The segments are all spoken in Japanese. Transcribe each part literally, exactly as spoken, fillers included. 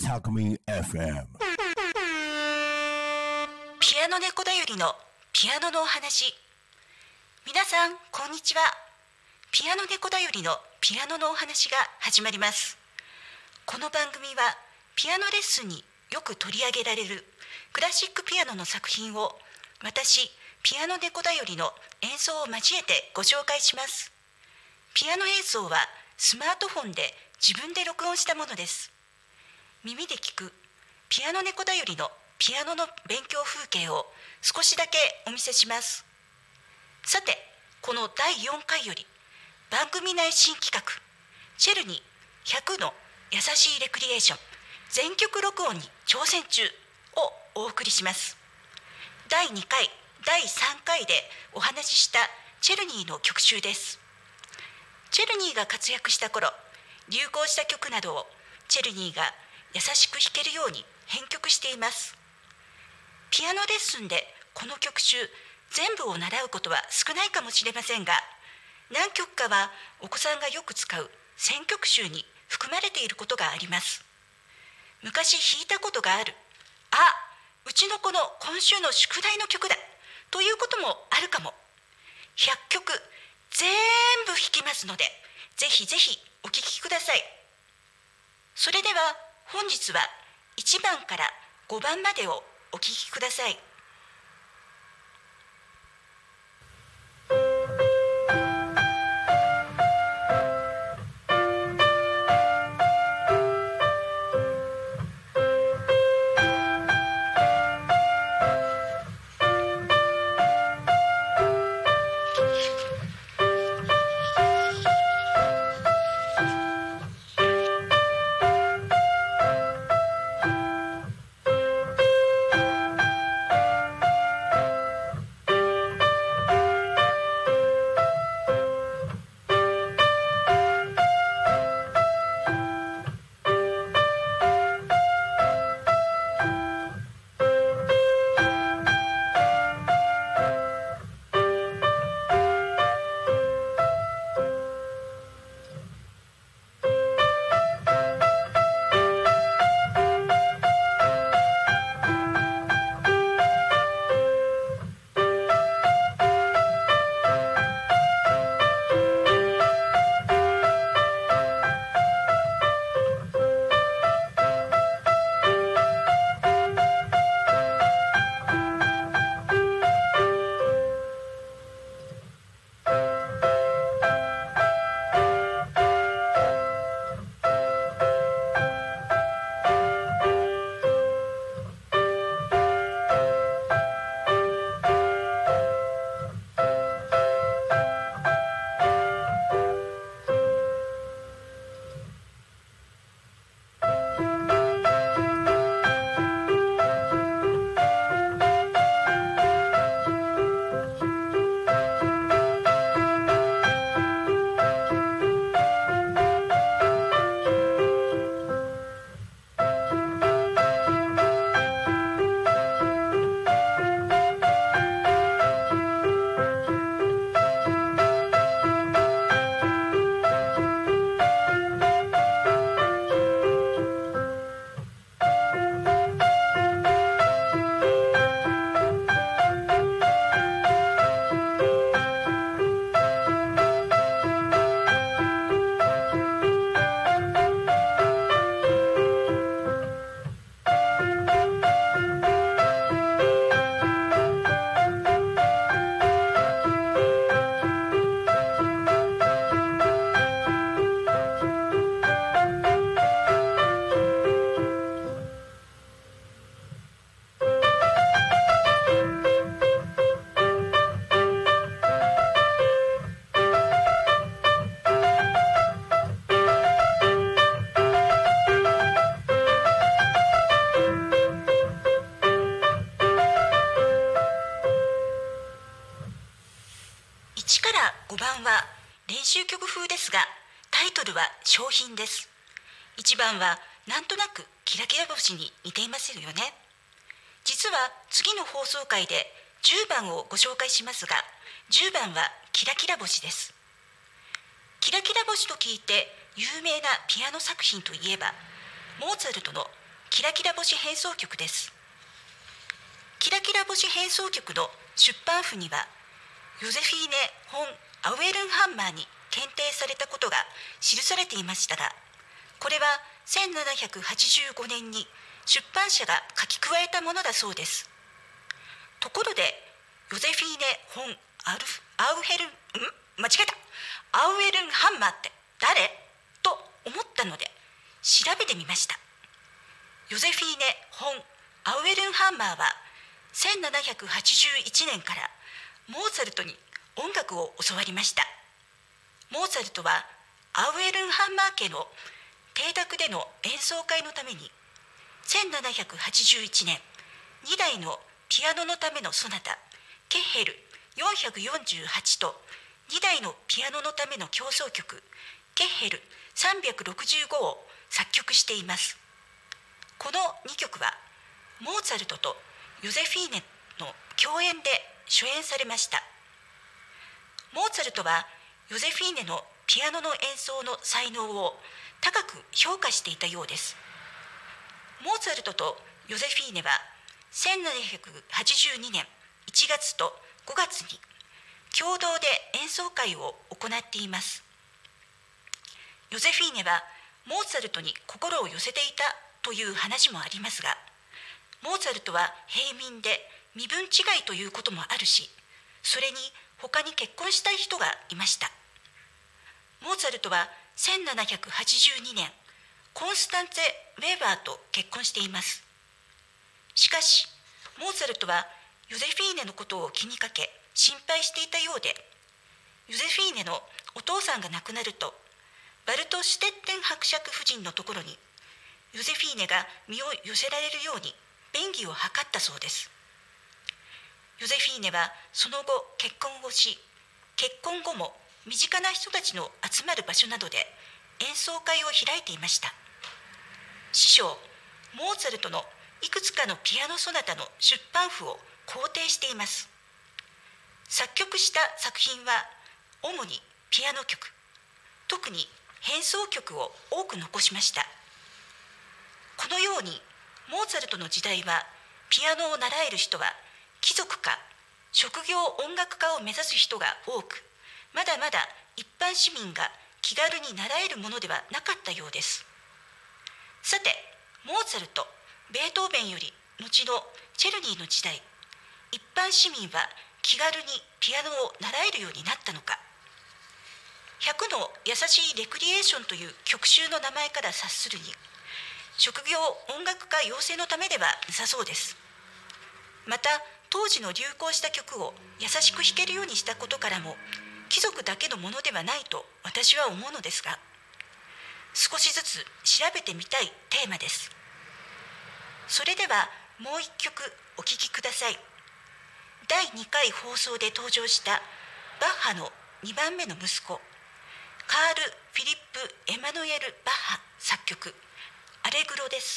Talk Me エフエム。 ピアノ猫だよりのピアノのお話。皆さんこんにちは。ピアノ猫だよりのピアノのお話が始まります。この番組はピアノレッスンによく取り上げられるクラシックピアノの作品を私ピアノ猫だよりの演奏を交えてご紹介します。ピアノ演奏はスマートフォンで自分で録音したものです。耳で聞くピアノ猫だよりのピアノの勉強風景を少しだけお見せします。さて、このだいよんかいより番組内新企画チェルニーひゃくの優しいレクリエーション全曲録音に挑戦中をお送りします。だいにかいだいさんかいでお話ししたチェルニーの曲集です。チェルニーが活躍した頃流行した曲などをチェルニーが優しく弾けるように編曲しています。ピアノレッスンでこの曲集全部を習うことは少ないかもしれませんが、何曲かはお子さんがよく使う選曲集に含まれていることがあります。昔弾いたことがある、あ、うちの子の今週の宿題の曲だということもあるかも。ひゃっきょく全部弾きますので、ぜひぜひお聴きください。それでは本日はいちばんからごばんまでをお聴きください。いちからごばんは練習曲風ですが、タイトルは商品です。いちばんはなんとなくキラキラ星に似ていますよね。実は次の放送回でじゅうばんをご紹介しますが、じゅうばんはキラキラ星です。キラキラ星と聞いて有名なピアノ作品といえば、モーツァルトのキラキラ星変奏曲です。キラキラ星変奏曲の出版譜にはヨゼフィーネ・フォン・アウェルンハンマーに検定されたことが記されていましたが、これはせんななひゃくはちじゅうごねんに出版社が書き加えたものだそうです。ところでヨゼフィーネ・フォン・アルフアウヘルンん間違えたアウエルンハンマーって誰と思ったので調べてみました。ヨゼフィーネ・フォン・アウエルンハンマーはせんななひゃくはちじゅういちねんからモーツァルトに音楽を教わりました。モーツァルトはアウエルンハンマー家の邸宅での演奏会のためにせんななひゃくはちじゅういちねんにだいのピアノのためのソナタケッヘルよんひゃくよんじゅうはちとにだいのピアノのための協奏曲ケッヘルさんびゃくろくじゅうごを作曲しています。このにきょくはモーツァルトとヨゼフィーネの共演で初演されました。モーツァルトはヨゼフィーネのピアノの演奏の才能を高く評価していたようです。モーツァルトとヨゼフィーネはせんななひゃくはちじゅうにねんいちがつとごがつに共同で演奏会を行っています。ヨゼフィーネはモーツァルトに心を寄せていたという話もありますが、モーツァルトは平民で身分違いということもあるし、それに他に結婚したい人がいました。モーツァルトはせんななひゃくはちじゅうにねんコンスタンツェ・ウェーバーと結婚しています。しかしモーツァルトはヨゼフィーネのことを気にかけ心配していたようで、ヨゼフィーネのお父さんが亡くなるとバルト・シュテッテン伯爵夫人のところにヨゼフィーネが身を寄せられるように便宜を図ったそうです。ヨゼフィーネはその後結婚をし、結婚後も身近な人たちの集まる場所などで演奏会を開いていました。師匠モーツァルトのいくつかのピアノソナタの出版譜を肯定しています。作曲した作品は主にピアノ曲、特に変奏曲を多く残しました。このようにモーツァルトの時代はピアノを習える人は貴族か職業音楽家を目指す人が多く、まだまだ一般市民が気軽に習えるものではなかったようです。さてモーツァルト、ベートーベンより後のチェルニーの時代、一般市民は気軽にピアノを習えるようになったのか。ひゃくの優しいレクリエーションという曲集の名前から察するに、職業音楽家養成のためではなさそうです。また当時の流行した曲を優しく弾けるようにしたことからも、貴族だけのものではないと私は思うのですが、少しずつ調べてみたいテーマです。それではもう一曲お聴きください。だいにかい放送で登場したバッハのにばんめの息子、カール・フィリップ・エマヌエル・バッハ作曲、アレグロです。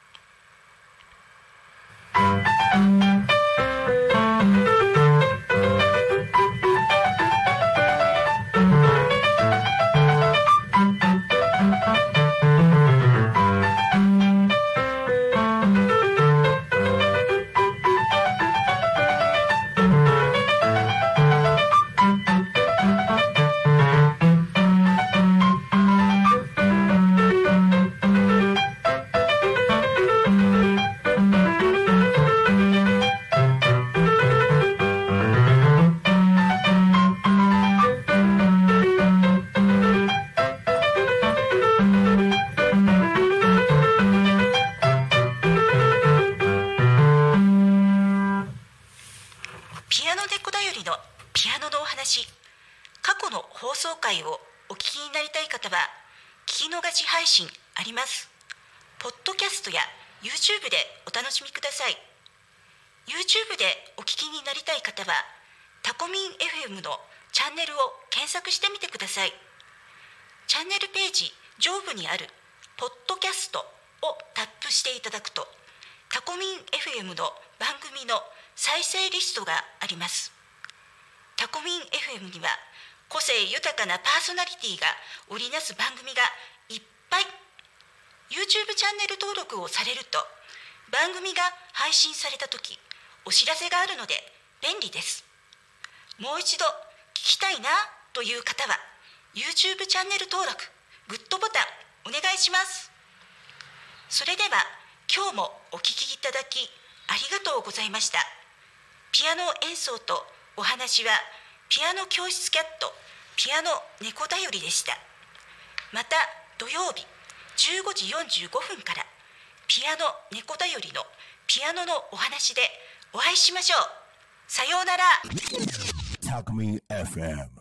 ピアノでこだよりのピアノのお話。過去の放送回をお聞きになりたい方は聞き逃し配信あります。ポッドキャストや YouTube でお楽しみください。 YouTube でお聞きになりたい方はタコミン エフエム のチャンネルを検索してみてください。チャンネルページ上部にあるポッドキャストをタップしていただくと、タコミン エフエム の番組の再生リストがあります。タコミン エフエム には個性豊かなパーソナリティが織りなす番組がいっぱい。 YouTube チャンネル登録をされると、番組が配信されたときお知らせがあるので便利です。もう一度聞きたいなという方は YouTube チャンネル登録、グッドボタンお願いします。それでは今日もお聞きいただきありがとうございました。ピアノ演奏とお話はピアノ教室キャットピアノ猫だよりでした。また土曜日じゅうごじよんじゅうごふんからピアノ猫だよりのピアノのお話でお会いしましょう。さようなら。 タクミン エフエム